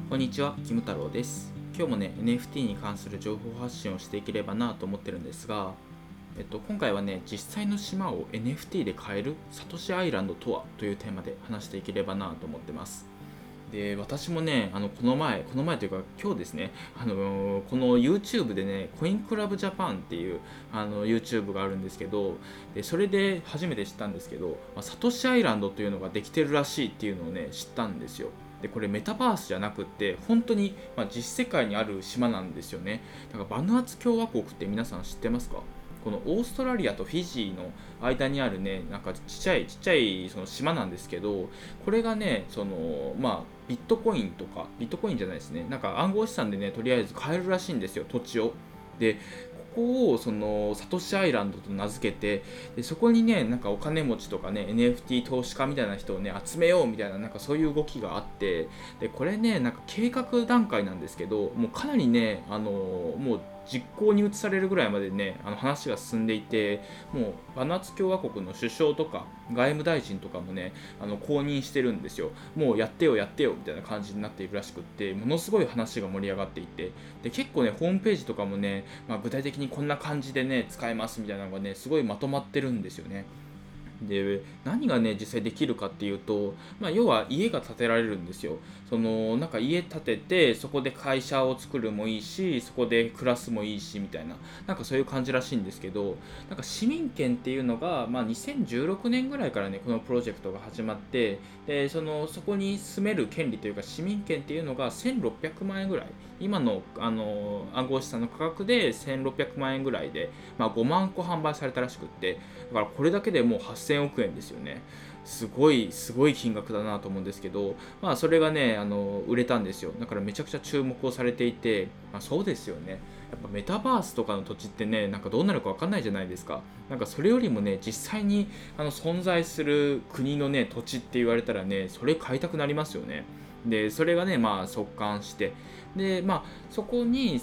こんにちは、キム太郎です。今日もね、NFT に関する情報発信をしていければなと思ってるんですが、今回はね、実際の島を NFT で買えるサトシアイランドとはというテーマで話していければなと思ってます。で、私もね、この前というか今日ですね、この YouTube でね、コインクラブジャパンっていうYouTube があるんですけど、でそれで初めて知ったんですけど、サトシアイランドというのができてるらしいっていうのをね、知ったんですよ。でこれメタバースじゃなくって本当に、実世界にある島なんですよね。だからバヌアツ共和国って皆さん知ってますか？このオーストラリアとフィジーの間にあるね、なんかちっちゃいその島なんですけど、これがね、ビットコインとか、ビットコインじゃないですね、なんか暗号資産でね、とりあえず買えるらしいんですよ、土地を。で、ここをそのサトシアイランドと名付けて、でそこにね、なんかお金持ちとかね、NFT 投資家みたいな人をね、集めようみたいな、なんかそういう動きがあって、でこれね、なんか計画段階なんですけど、もうかなりね、もう実行に移されるぐらいまでね、話が進んでいて、もうバナツ共和国の首相とか外務大臣とかもね、公認してるんですよ。もうやってよやってよみたいな感じになっているらしくって、ものすごい話が盛り上がっていて、で結構ね、ホームページとかもね、具体的にこんな感じでね使えますみたいなのがね、すごいまとまってるんですよね。で何がね実際できるかっていうと、要は家が建てられるんですよ。そのなんか家建ててそこで会社を作るもいいし、そこで暮らすもいいしみたいな、なんかそういう感じらしいんですけど、なんか市民権っていうのが、2016年ぐらいからねこのプロジェクトが始まって、でそこに住める権利というか市民権っていうのが1600万円ぐらい、今の暗号資産の価格で1600万円ぐらいで、5万個販売されたらしくって、だからこれだけでもう8000億円ですよね。すごい金額だなと思うんですけど、それがね売れたんですよ。だからめちゃくちゃ注目をされていて、そうですよね。やっぱメタバースとかの土地ってね、なんかどうなるか分かんないじゃないですか。なんかそれよりもね、実際に存在する国のね土地って言われたらね、それ買いたくなりますよね。でそれがね、速乾して、でそこに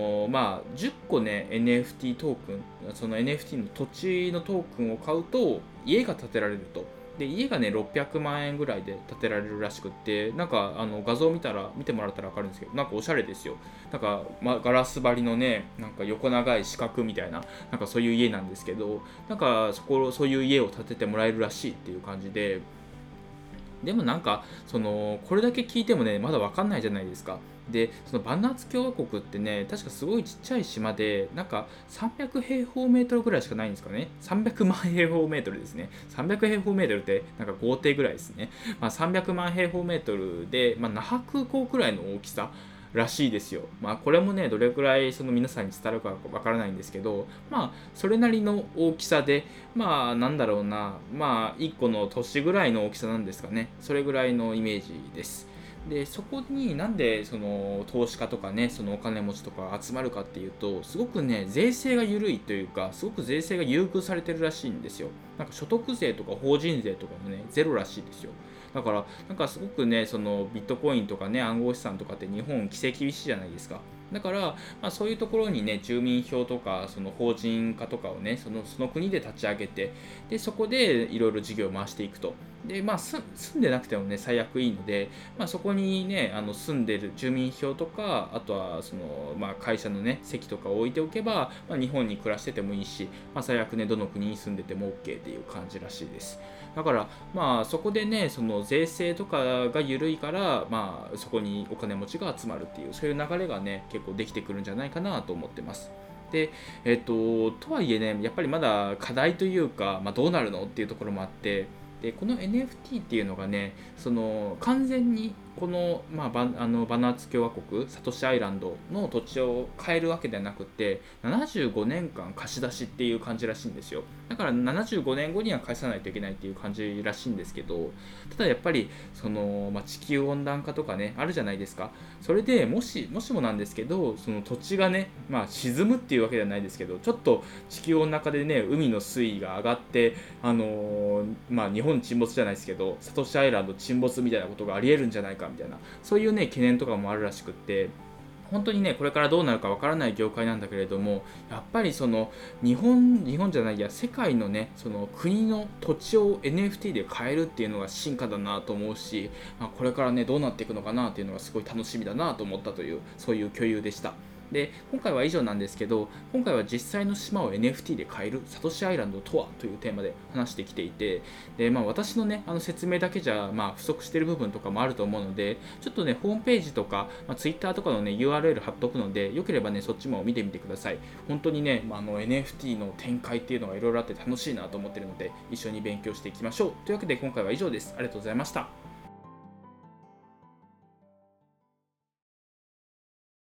10個ね NFT トークン、その NFT の土地のトークンを買うと家が建てられると。で家がね600万円ぐらいで建てられるらしくって、なんか画像見てもらったら分かるんですけど、なんかおしゃれですよ。なんか、ガラス張りのね、なんか横長い四角みたいな、なんかそういう家なんですけど、なんかそういう家を建ててもらえるらしいっていう感じで、でもなんかこれだけ聞いてもねまだ分かんないじゃないですか。でそのバンナーツ共和国ってね、確かすごいちっちゃい島で、なんか300平方メートルぐらいしかないんですかね。300万平方メートルですね。300平方メートルってなんか豪邸ぐらいですね。300万平方メートルで、那覇空港くらいの大きさらしいですよ。これもねどれくらいその皆さんに伝わるかわからないんですけど、それなりの大きさで、なんだろうな、1個の都市ぐらいの大きさなんですかね。それぐらいのイメージです。でそこになんでその投資家とかね、そのお金持ちとか集まるかっていうと、すごくね税制が緩いというか、すごく税制が優遇されてるらしいんですよ。なんか所得税とか法人税とかもねゼロらしいですよ。だからなんかすごくね、そのビットコインとかね、暗号資産とかって日本規制厳しいじゃないですか。だから、そういうところにね、住民票とかその法人化とかをね、その国で立ち上げて、でそこでいろいろ事業を回していくと。で住んでなくてもね最悪いいので、そこにね住んでる住民票とか、あとは会社のね席とかを置いておけば、日本に暮らしててもいいし、最悪ねどの国に住んでても OK っていう感じらしいです。だからそこでね、その税制とかが緩いから、そこにお金持ちが集まるっていう、そういう流れがね結構できてくるんじゃないかなと思ってます。でとはいえね、やっぱりまだ課題というか、どうなるのっていうところもあって、でこの NFT っていうのがね、その完全にこの、バナーツ共和国サトシアイランドの土地を買えるわけではなくて、75年間貸し出しっていう感じらしいんですよ。だから75年後には返さないといけないっていう感じらしいんですけど、ただやっぱり地球温暖化とかねあるじゃないですか。それでもしもなんですけど、その土地がね、沈むっていうわけではないですけど、ちょっと地球温暖化でね海の水位が上がって、日本沈没じゃないですけど、サトシアイランド沈没みたいなことがありえるんじゃないかみたいな、そういうね懸念とかもあるらしくって、 本当にねこれからどうなるかわからない業界なんだけれども、やっぱりその日本じゃないや世界のねその国の土地を NFT で買えるっていうのが進化だなと思うし、これからねどうなっていくのかなっていうのがすごい楽しみだなと思ったというそういう共有でした。で今回は以上なんですけど、今回は実際の島を NFT で買えるサトシアイランドとはというテーマで話してきていて、で、私のね説明だけじゃ不足している部分とかもあると思うので、ちょっとねホームページとか、Twitter とかのね URL 貼っとくので、よければねそっちも見てみてください。本当にね、NFT の展開っていうのがいろいろあって楽しいなと思ってるので、一緒に勉強していきましょう。というわけで今回は以上です。ありがとうございました。